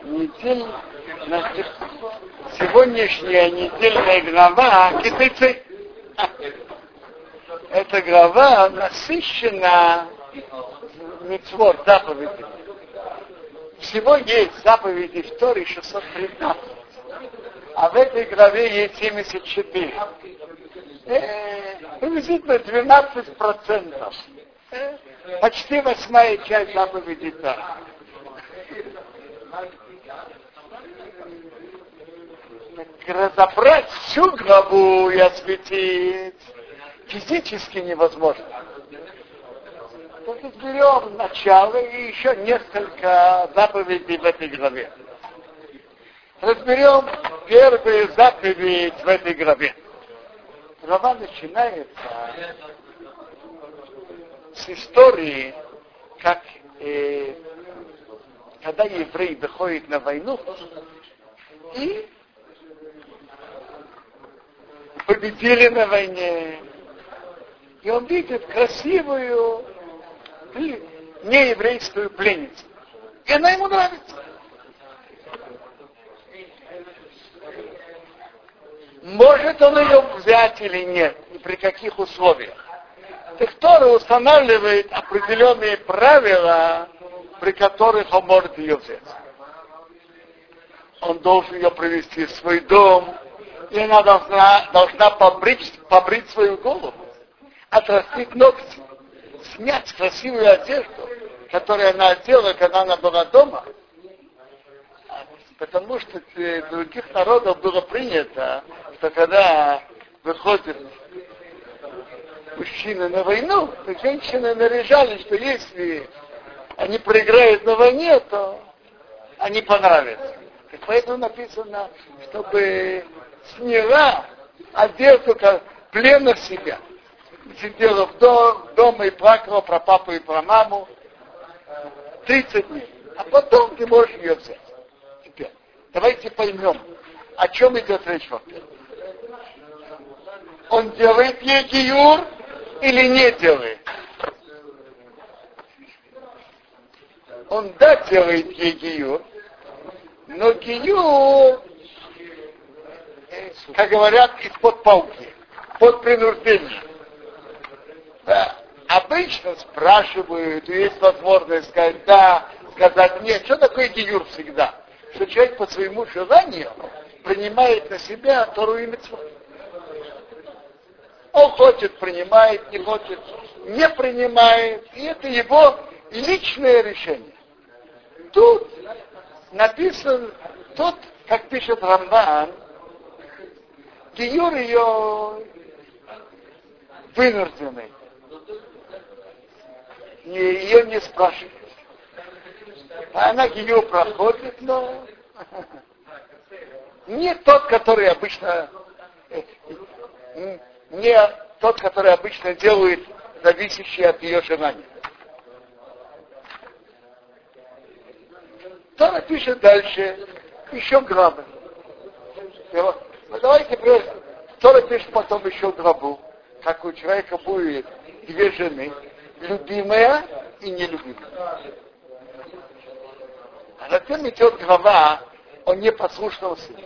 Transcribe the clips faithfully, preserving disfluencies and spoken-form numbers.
Недель... Значит, сегодняшняя недельная глава китайцы. Эта глава насыщена мицвот, заповедями. Всего есть заповеди в Торе шестьсот тринадцать, а в этой главе есть семьдесят четыре. Э, приблизительно двенадцать процентов. Э, почти восьмая часть заповедей Торы. Разобрать всю главу и осветить физически невозможно. Только берем начало и еще несколько заповедей в этой главе. Разберем первую заповедь в этой главе. Глава начинается с истории, как э, когда еврей выходит на войну и победили на войне. И он видит красивую нееврейскую пленницу. И она ему нравится. Может он ее взять или нет, и при каких условиях. Тора устанавливает определенные правила, при которых он может ее взять. Он должен ее привести в свой дом, и она должна, должна побрить, побрить свою голову, отрастить ногти, снять красивую одежду, которую она одела, когда она была дома. Потому что для других народов было принято, что когда выходят мужчины на войну, то женщины наряжали, что если они проиграют на войне, то они понравятся. И поэтому написано, чтобы сняла одежду плена себя. Сидела в дом, дома и плакала про папу и про маму тридцать дней. А потом ты можешь ее взять. Теперь, давайте поймем, о чем идет речь во-первых. Он делает ей гиюр или не делает? Он да делает ей гиюр, но гиюр, как говорят, из-под палки, под принуждением. Да. Обычно спрашивают, есть возможность сказать да, сказать нет. Что такое гиюр всегда? Что человек по своему желанию принимает на себя Тору и мицвот. Он хочет, принимает, не хочет, не принимает. И это его личное решение. Тут написано, тут, как пишет Рамбан, гиюр ее вынужденный. Ее не спрашивают. Она гиюр проходит, но не тот, который обычно не тот, который обычно делает, зависящий от ее желания. Тора пишет дальше еще главы. Ну, давайте прежде. Тора пишет потом еще главу, как у человека будет две жены, любимая и нелюбимая. А затем идет глава о непослушном сыне.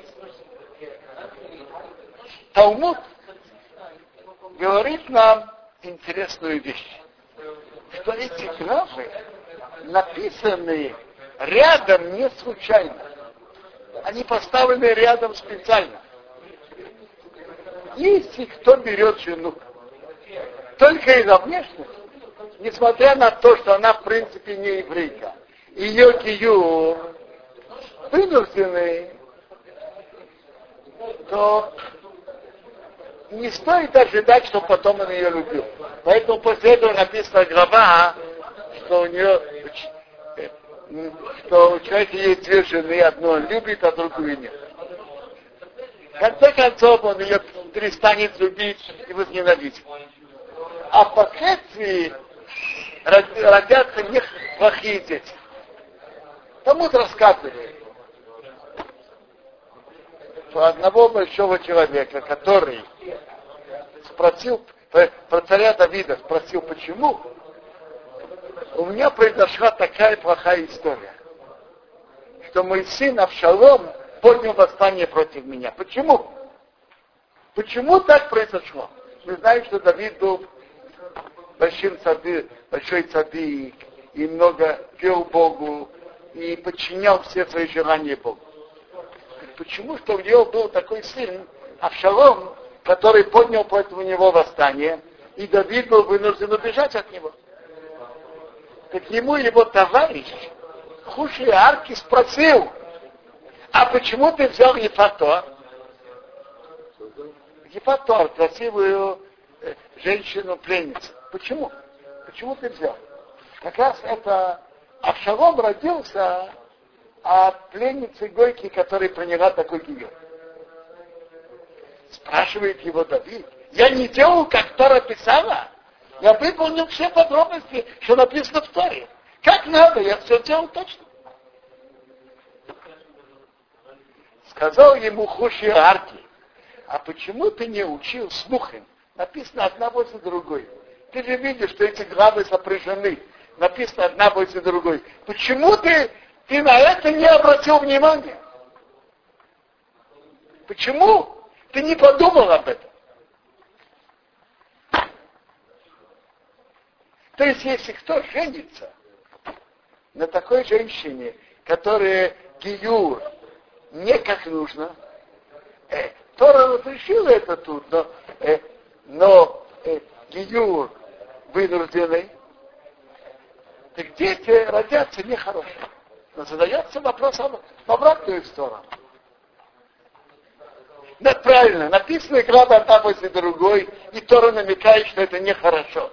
Талмуд говорит нам интересную вещь, что эти главы написаны рядом не случайно. Они поставлены рядом специально. Если кто берет жену только из-за внешности, несмотря на то, что она в принципе не еврейка, ее гиюр вынуждены, то не стоит ожидать, что потом он ее любил. Поэтому после этого написана глава, что у нее, что у человека есть две жены, одну он любит, а другую нет. В конце концов он ее перестанет любить и возненавидеть. А впоследствии родятся неплохие дети. Талмуд рассказывает про одного большого человека, который спросил, про царя Давида спросил, почему у меня произошла такая плохая история. что мой сын Авшалом поднял восстание против меня. Почему? Почему так произошло? Мы знаем, что Давид был большим цадык, большой цадык, и много пел Богу, и подчинял все свои желания Богу. Почему, что у него был такой сын, Авшалом, который поднял против него восстание, и Давид был вынужден убежать от него? Так ему его товарищ, Хуши Арки, спросил: а почему ты взял Ефатор? Ефатор, красивую э, женщину-пленницу. Почему? Почему ты взял? Как раз это Авшалом родился от пленницы Гойки, которая приняла такой гиюр. Спрашивает его Давид: я не делал, как Тора писала? Я выполнил все подробности, что написано в Торе. Как надо, я все делал точно. Сказал ему Хуши Арки: а почему ты не учил слухом? Написано одна возле другой. Ты же видишь, что эти главы сопряжены. Написано одна возле другой. Почему ты, ты на это не обратил внимания? Почему ты не подумал об этом? То есть, если кто женится на такой женщине, которая гиюр не как нужно, э, Тора разрешила это тут, но, э, но э, гиюр вынужденный, так дети родятся нехорошие. Но задается вопрос в обратную сторону. Да, правильно, написано глава одна после другой, и Тора намекает, что это нехорошо.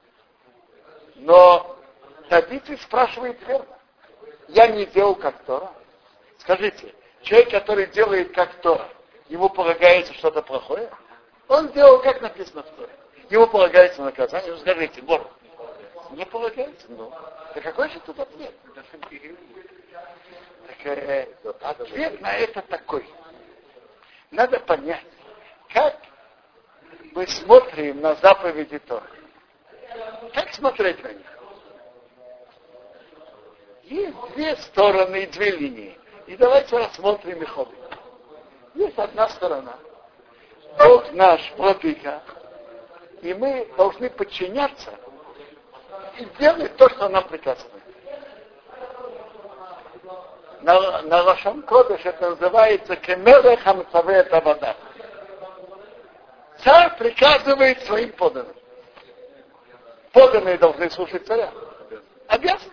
Но Давид спрашивает верно. Я не делал как Тора. Скажите, человек, который делает как Тора, ему полагается что-то плохое? Он делал, как написано в Торе. Ему полагается наказание. Вы скажите, Бог, не полагается? Ну, да какой же тут ответ? Так, э, ответ на это такой. Надо понять, как мы смотрим на заповеди Торы. Как смотреть на них? Есть две стороны и две линии. И давайте рассмотрим их обе. Есть одна сторона. Бог наш, владыка. И мы должны подчиняться и делать то, что нам приказано. На, на Лашон Кодеш это называется кемелех амцаве тавада. Царь приказывает своим подданным. Подданные должны слушать царя. Обязан.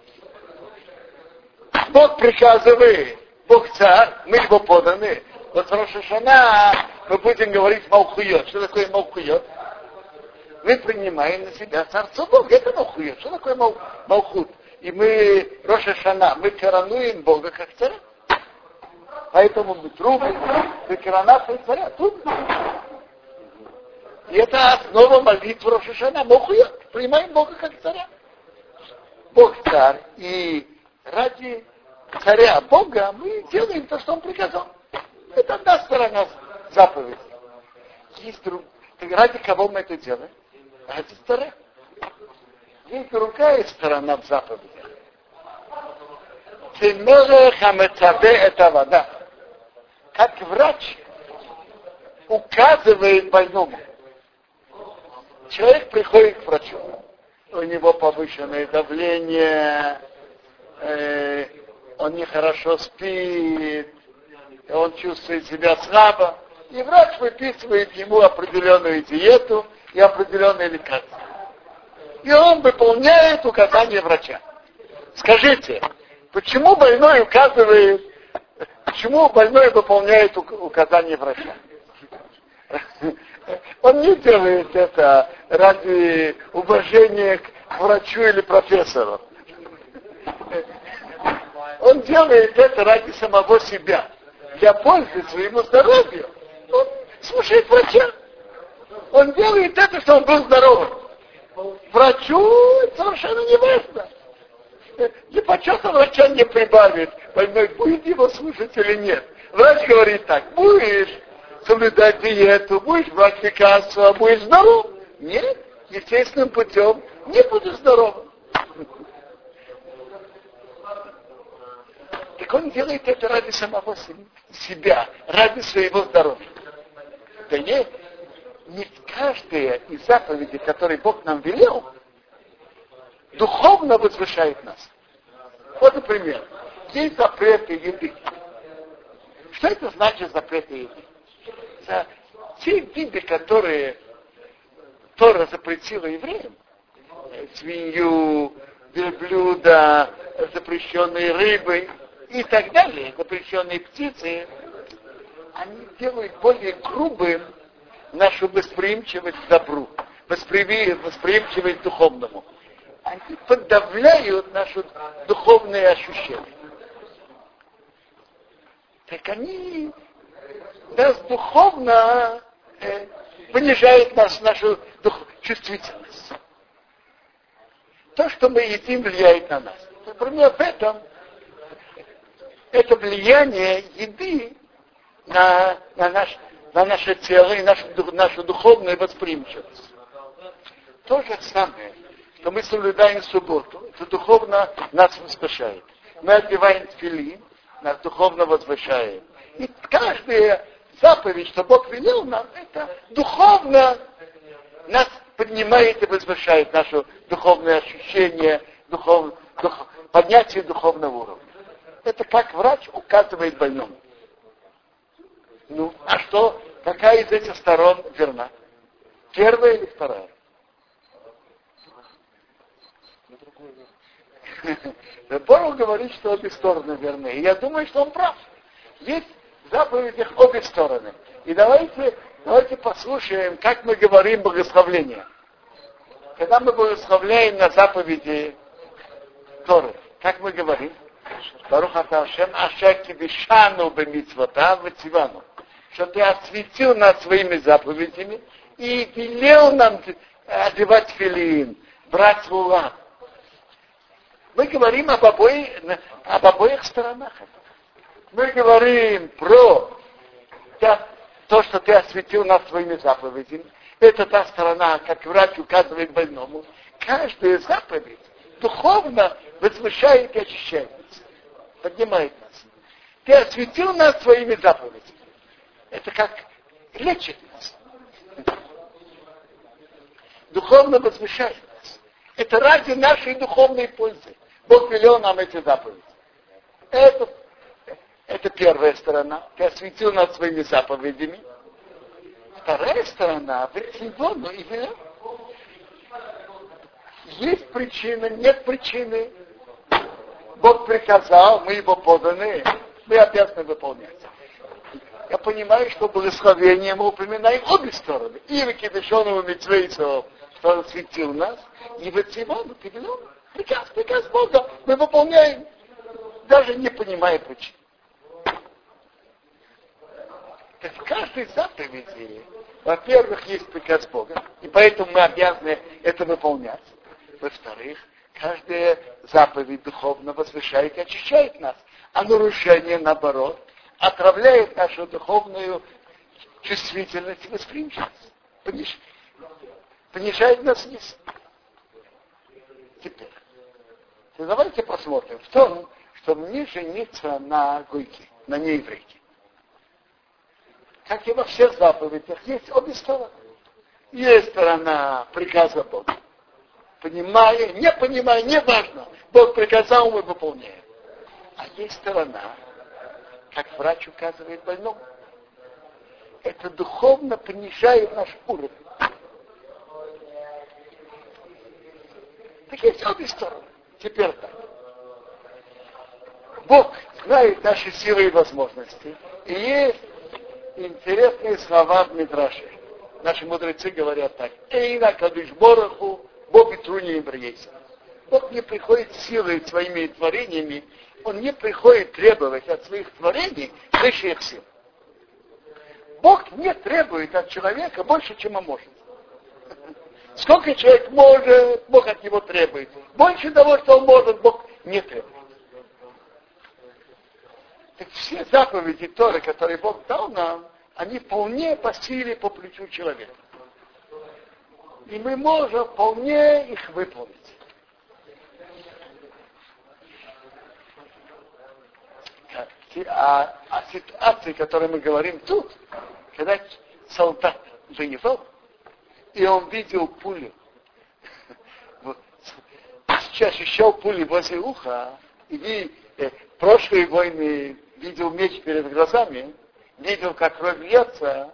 Бог приказывает, Бог царь, мы его подданные. Вот в Рош ха-Шана мы будем говорить малхуйот. Что такое малхуйот? Мы принимаем на себя царство Бога. Это малхуйот. Что такое мал, малхут? И мы, Рош ха-Шана, мы коронуем Бога как царя. Поэтому мы трубим, мы коронация царя. Тут. И это основа молитвы Рош ха-Шана. Малхуйот. Принимаем Бога как царя. Бог царь. И ради царя Бога мы делаем то, что он приказал. Это одна сторона заповеди. Есть друг... Ради кого мы это делаем? Ради царя. Есть другая сторона в заповеди. Кемелех амецаве это вода. Как врач указывает больному. Человек приходит к врачу. У него повышенное давление, э, он нехорошо спит, он чувствует себя слабо, и врач выписывает ему определенную диету и определенные лекарства. И он выполняет указания врача. Скажите, почему больной указывает, почему больной выполняет указания врача? Он не делает это ради уважения к врачу или профессору. Он делает это ради самого себя. Для пользы своему здоровью. Он слушает врача. Он делает это, чтобы он был здоровым. Врачу совершенно не важно. И почета врача не прибавит. Больной будет его слушать или нет. Врач говорит так: будешь соблюдать диету, будешь брать лекарства, будешь здоров. Нет, естественным путем не будешь здоровым. Так он делает это ради самого себя, ради своего здоровья. Да не, не каждая из заповедей, которые Бог нам велел, духовно возвышает нас. Вот, например, есть запреты еды. Что это значит запреты еды? За те виды, которые Тора запретила евреям, свинью, верблюда, запрещенные рыбы и так далее, запрещенные птицы, они делают более грубым нашу восприимчивость к добру, восприимчивость к духовному. Они подавляют наши духовные ощущения. Так они нас духовно э, понижают нас, нашу дух, чувствительность. То, что мы едим, влияет на нас. Например, в этом это влияние еды на, на, наш, на наше тело и нашу, нашу духовную восприимчивость. То же самое, что мы соблюдаем субботу, это духовно нас возвышает. Мы одеваем тфилин, нас духовно возвышает. И каждая заповедь, что Бог велел нам, это духовно нас поднимает и возвышает наше духовное ощущение, духов, дух, поднятие духовного уровня. Это как врач указывает больному. Ну, а что, какая из этих сторон верна? Первая или вторая? Бог говорит, что обе стороны верны. И я думаю, что он прав. Есть в заповедях обе стороны. И давайте, давайте послушаем, как мы говорим благословление. Когда мы благословляем на заповеди Торы, как мы говорим? Барух ата Ашем ашер кибишану бемицвотав вецивану. Что ты осветил нас своими заповедями и велел нам одевать филин, брать лулав. Мы говорим об обоих, об обоих сторонах. Мы говорим про то, что ты осветил нас своими заповедями. Это та сторона, как врач указывает больному. Каждая заповедь духовно возвышает и очищает нас, поднимает нас. Ты осветил нас своими заповедями. Это как лечит нас. Духовно возвышает нас. Это ради нашей духовной пользы. Бог велел нам эти заповеди. Это, это первая сторона. Ты осветил нас своими заповедями. Вторая сторона, ну и велел. Есть причина, нет причины. Бог приказал, мы его поданы, мы обязаны выполнять. Я понимаю, что благословение мы упоминаем обе стороны. И выкидышенного митцвейцу, что он осветил нас, и в Цивану, ты велел. Приказ, приказ Бога мы выполняем, даже не понимая причин. Так в каждой заповеди, во-первых, есть приказ Бога, и поэтому мы обязаны это выполнять. Во-вторых, каждая заповедь духовно возвышает и очищает нас, а нарушение, наоборот, отравляет нашу духовную чувствительность и восприимчивость. Пониж... Понижает нас вниз. Теперь, давайте посмотрим в том, что мне жениться на гойке, на нееврейке. Как и во всех заповедях, есть обе стороны. Есть сторона приказа Бога. Понимая, не понимая, не важно. Бог приказал, мы выполняем. А есть сторона, как врач указывает больному. Это духовно понижает наш уровень. Так есть обе стороны. Теперь так. Бог знает наши силы и возможности. И есть интересные слова в Мидраше. Наши мудрецы говорят так. Эйна кадуш бороху, Бог и труни еврейся. Бог не приходит силой своими творениями, Он не приходит требовать от своих творений выше их сил. Бог не требует от человека больше, чем он может. Сколько человек может, Бог от него требует. Больше того, что он может, Бог не требует. Так все заповеди Торы, которые Бог дал нам, они вполне по силе, по плечу человека. И мы можем вполне их выполнить. А о ситуации, о которой мы говорим тут, когда солдат воевал, и он видел пулю, ощущал пули возле уха, и э, прошлые войны видел меч перед глазами, видел, как кровь льется,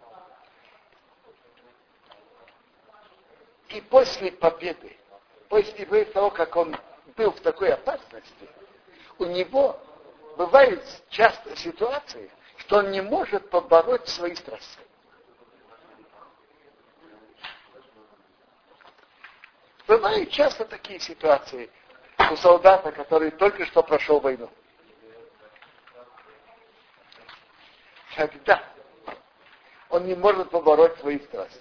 и после победы, после того, как он был в такой опасности, у него бывают часто ситуации, что он не может побороть свои страсти. Бывают часто такие ситуации у солдата, который только что прошел войну. Когда он не может побороть свои страсти.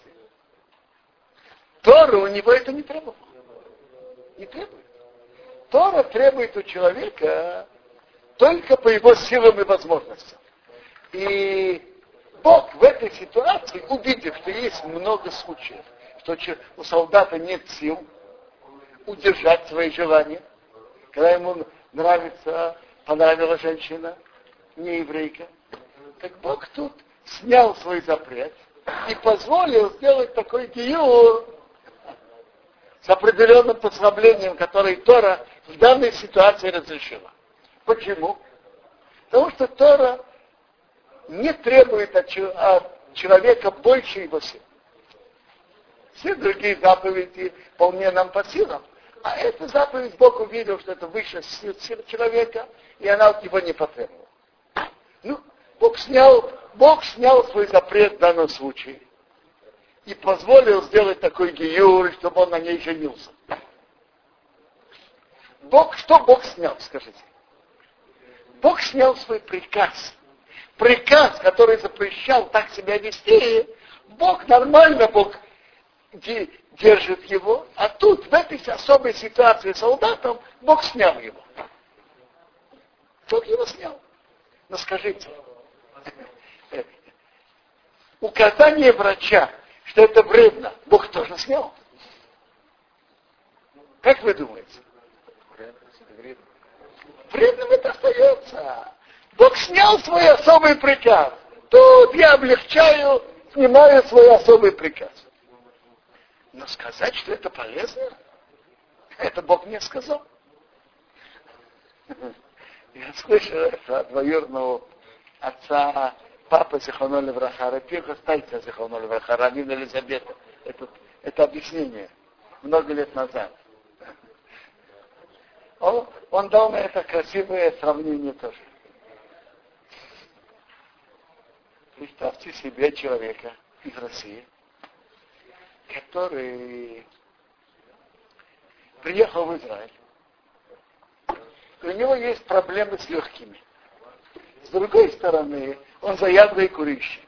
Тора у него это не требует. Не требует. Тора требует у человека только по его силам и возможностям. И Бог в этой ситуации, увидев, что есть много случаев, что у солдата нет сил удержать свои желания, когда ему нравится, понравилась женщина, не еврейка, так Бог тут снял свой запрет и позволил сделать такой гиюр с определенным послаблением, которое Тора в данной ситуации разрешила. Почему? Потому что Тора не требует от человека больше его сил. Все другие заповеди вполне нам по силам. А эта заповедь Бог увидел, что это выше сил человека, и она от него не потребовала. Ну, Бог снял, Бог снял свой запрет в данном случае и позволил сделать такой гиюр, чтобы он на ней женился. Бог, что Бог снял, скажите? Бог снял свой приказ. Приказ, который запрещал так себя вести, Бог нормально, Бог держит его, а тут, в этой особой ситуации с солдатом, Бог снял его. Бог его снял. Но скажите, указание врача, что это вредно, Бог тоже снял. Как вы думаете? Вредным это остается. Бог снял свой особый приказ. Тут я облегчаю, снимаю свой особый приказ. Но сказать, что это полезно, это Бог мне сказал. Я слышал это от двоюродного отца папы Зихоно левраха, Рапирха Стайца Зихоно левраха, Равина Елизавета. Это, это объяснение много лет назад. Он, он дал мне это красивое сравнение тоже. Представьте себе человека из России, который приехал в Израиль. И у него есть проблемы с легкими. С другой стороны, он заядлый курильщик.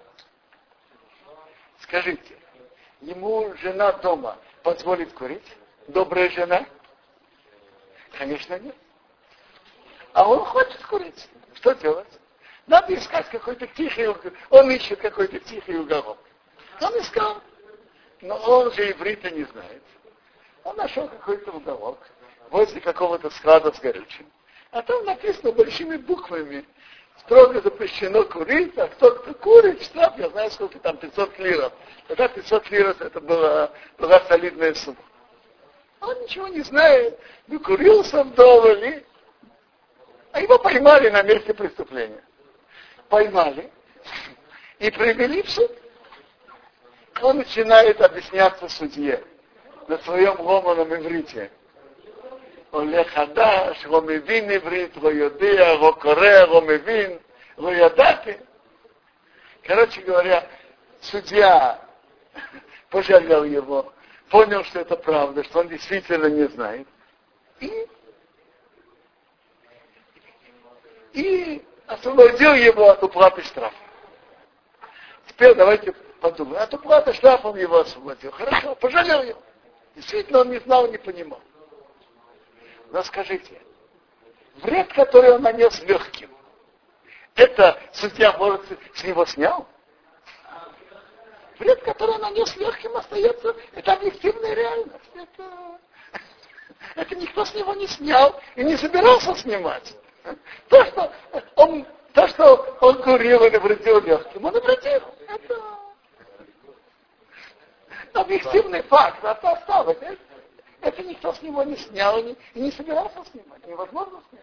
Скажите, ему жена дома позволит курить? Добрая жена? Конечно, нет. А он хочет курить. Что делать? Надо искать какой-то тихий уголок. Он ищет какой-то тихий уголок. Он искал. Но он же иврита не знает. Он нашел какой-то уголок возле какого-то склада с горючим. А там написано большими буквами: строго запрещено курить, а кто-то курит, штраф, я знаю, сколько там, пятьсот лиров. Тогда пятьсот лиров это была, была солидная сумма. Он ничего не знает, выкурился вдоволь, а его поймали на месте преступления. Поймали и привели в суд. Он начинает объясняться судье на своем ломаном иврите. עולה חדש, לא מבין עברית, לא יודע, לא קורא, לא מבין, לא ידעתי. Короче говоря, судья пожалел его, понял, что это правда, что он действительно не знает. И, и освободил его от уплаты штрафа. Теперь давайте подумаем. От уплаты штрафа он его освободил. Хорошо, пожалел его. Действительно, он не знал, не понимал. Но скажите, вред, который он нанес легким, это судья, может, с него снял? Вред, который он нанес легким, остается, это объективная реальность. Это, это никто с него не снял и не собирался снимать. То, что, курил и навредил легким. Он навредил. Это объективный факт. Это осталось. Это, это никто с него не снял и не, и не собирался снимать. Невозможно снять.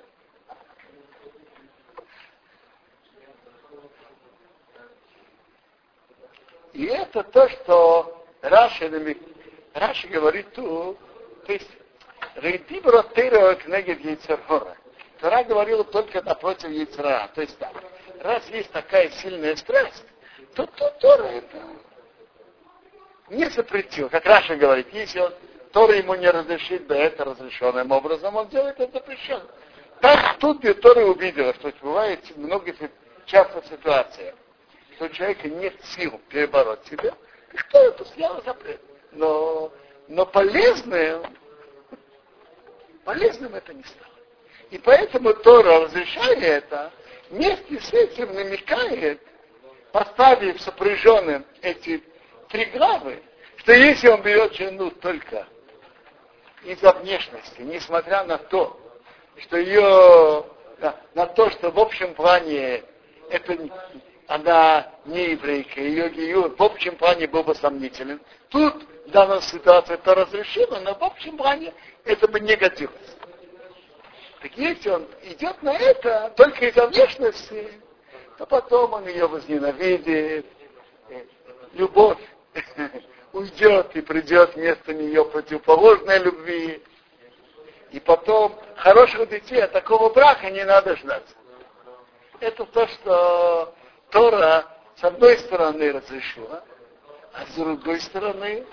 И это то, что Раши, Раши говорит тут, то есть Рейдибро Тейро кнегет Яйцерхора. Тора говорила только напротив Яйцера. То есть так, раз есть такая сильная страсть, то тут Тора это не запретил. Как Раши говорит, если он, Тора ему не разрешит, да это разрешенным образом, он делает это запрещенным. Так тут где Тора увидела, что бывает много часто ситуация, что у человека нет сил перебороть себя, и что это снял запрет. Но, но полезным, полезным это не стало. И поэтому Тора, разрешая это, вместе с этим намекает, поставив сопряженным эти три главы, что если он берет жену только из-за внешности, несмотря на то, что ее, на, на то, что в общем плане это она не еврейка, ее гиюр в общем плане был бы сомнителен. Тут в данной ситуации это разрешено, но в общем плане это бы не годилось. Так если он идет на это только из-за внешности, то потом он ее возненавидит, любовь уйдет и придет вместо нее противоположной любви. И потом хороших детей от такого брака не надо ждать. Это то, что Тора с одной стороны разрешила, а с другой стороны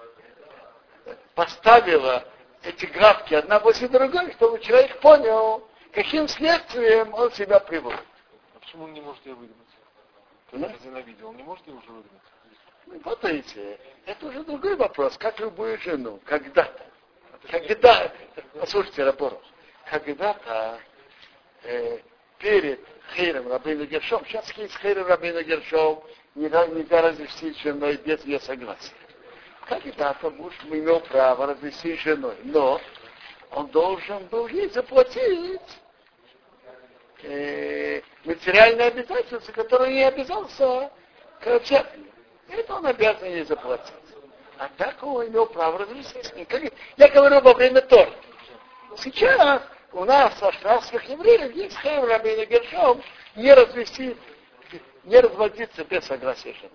поставила эти графки одна после другой, чтобы человек понял, каким следствием он себя приводит. А почему он не может ее выгнать? Кто-то возненавидел, он не может ее уже выгнать? Ну, вот видите, это уже другой вопрос, как любую жену, когда-то. Когда, послушайте, Раборов, когда-то э, перед Хейром Рабейну Гершом, сейчас с Хейром Рабейну Гершом нельзя, нельзя развестись женой без ее согласия. Когда-то муж имел право развестись женой, но он должен был ей заплатить э, материальные обязательства, которые не обязался к церкви. Это он обязан ей заплатить. А так он имел право развестись с ней. Я говорю во время Торы. Сейчас у нас, ашкеназских евреев, есть Хейм Рабейну Гершом не развести, не разводиться без согласия жены.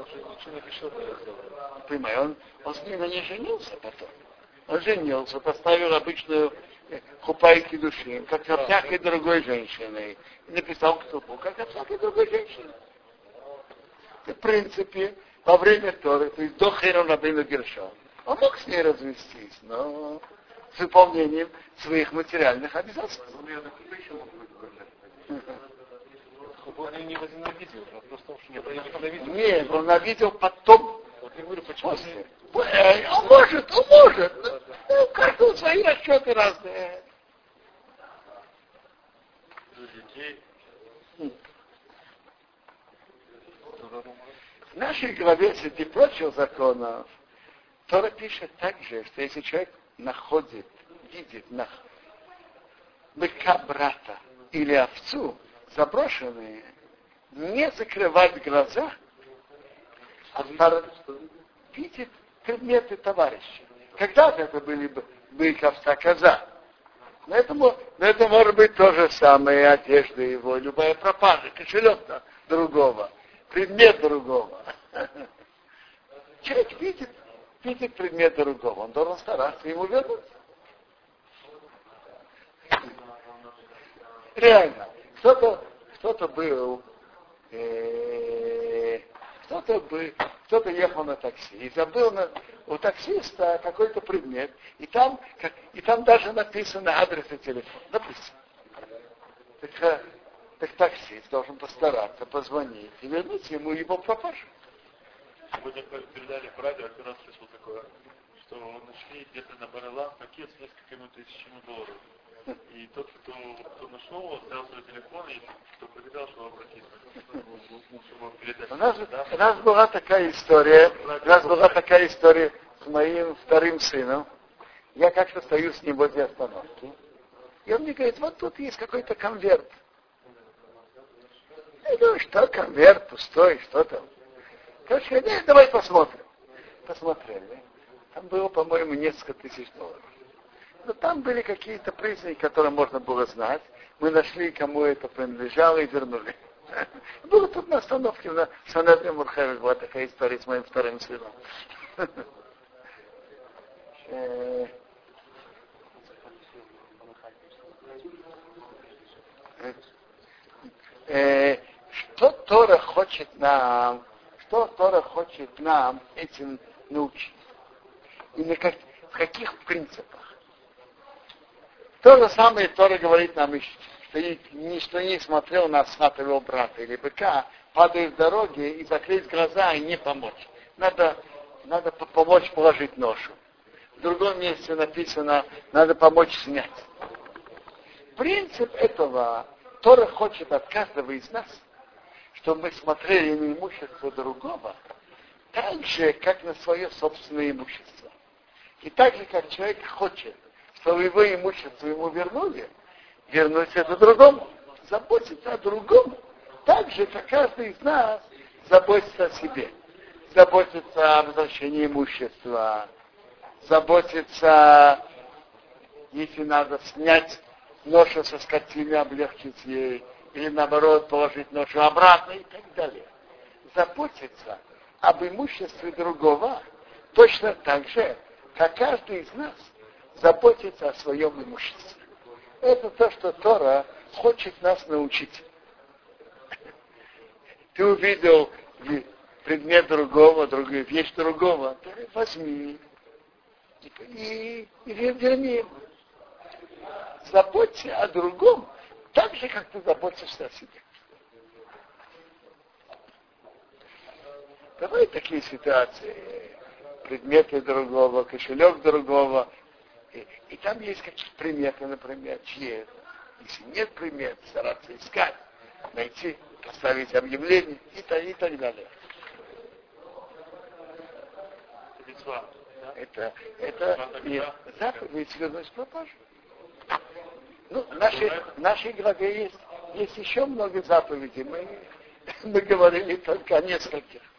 Понимаю, он, он с ней на ней женился потом. Он женился, поставил обычную хупайки души, как со всякой другой женщиной. И написал ктубу, как со всякой другой женщиной. В принципе, во время Торы, то есть до Хейром Рабейну Гершом, он мог с ней развестись, но с выполнением своих материальных обязательств. Он ее не возненавидел, вопрос в том, что не возненавидел. Нет, он ненавидел потом. Вот я говорю, почему? После. Он может, он может. Ну, у каждого свои расчеты разные. Детей. В нашей главе среди прочих законов Тора пишет также, что если человек находит, видит на быка брата или овцу заброшенные, не закрывать глаза, а видит предметы товарища. Когда-то это были бык, овца, коза. Но это, но это может быть то же самое, одежда его, любая пропажа, кошелек другого, предмет другого. Человек видит, видит предмет другого, он должен стараться ему вернуть. Реально, кто-то, кто-то был, э, кто-то был, кто-то ехал на такси и забыл на, у таксиста какой-то предмет, и там, как, и там даже написано адрес и телефон. Написано. Так, так таксист должен постараться позвонить и вернуть ему его пропажу. Сегодня передали в радио, один раз слышал такое, что нашли где-то на Барелах пакет с несколькими тысячами долларов. И тот, кто, кто нашел, взял свой телефон и кто проверял, что обратиться. У нас, да? у нас была такая история, у нас была такая история с моим вторым сыном. Я как-то стою с ним возле остановки. И он мне говорит, вот тут есть какой-то конверт. Я думаю, что конверт пустой, что там. Короче, нет, давай посмотрим. Посмотрели. Там было, по-моему, несколько тысяч долларов. Но там были какие-то признаки, которые можно было знать. Мы нашли, кому это принадлежало, и вернули. Было тут на остановке, на Санаде Мурхеве была такая история с моим вторым сыном. Что Тора хочет нам, что Тора хочет нам этим научить? И на как, в каких принципах? То же самое Тора говорит нам, что ничто не смотрел на сватого брата или быка, падает в дороге и закрыть глаза и не помочь. Надо, надо помочь положить ношу. В другом месте написано, надо помочь снять. Принцип этого Тора хочет от каждого из нас, чтобы мы смотрели на имущество другого, так же, как на свое собственное имущество. И так же, как человек хочет, чтобы его имущество ему вернули, вернуть это другому, заботиться о другом, так же, как каждый из нас заботится о себе, заботится о возвращении имущества, заботится, если надо снять ношу со скотины, облегчить ей, или наоборот положить ношу обратно и так далее. Заботиться об имуществе другого точно так же, как каждый из нас заботится о своем имуществе. Это то, что Тора хочет нас научить. Ты увидел предмет другого, другую вещь другого, ты возьми и, и верни. Заботься о другом так же, как ты заботишься о себе. Давай такие ситуации. Предметы другого, кошелек другого. И, и там есть какие-то приметы, например, чьи это. Если нет примет, стараться искать, найти, поставить объявление и, и так далее. Это, это нет, заповедь вернуть пропажу. Ну, в нашей, в нашей главе есть, есть еще много заповедей. Мы, мы говорили только о нескольких.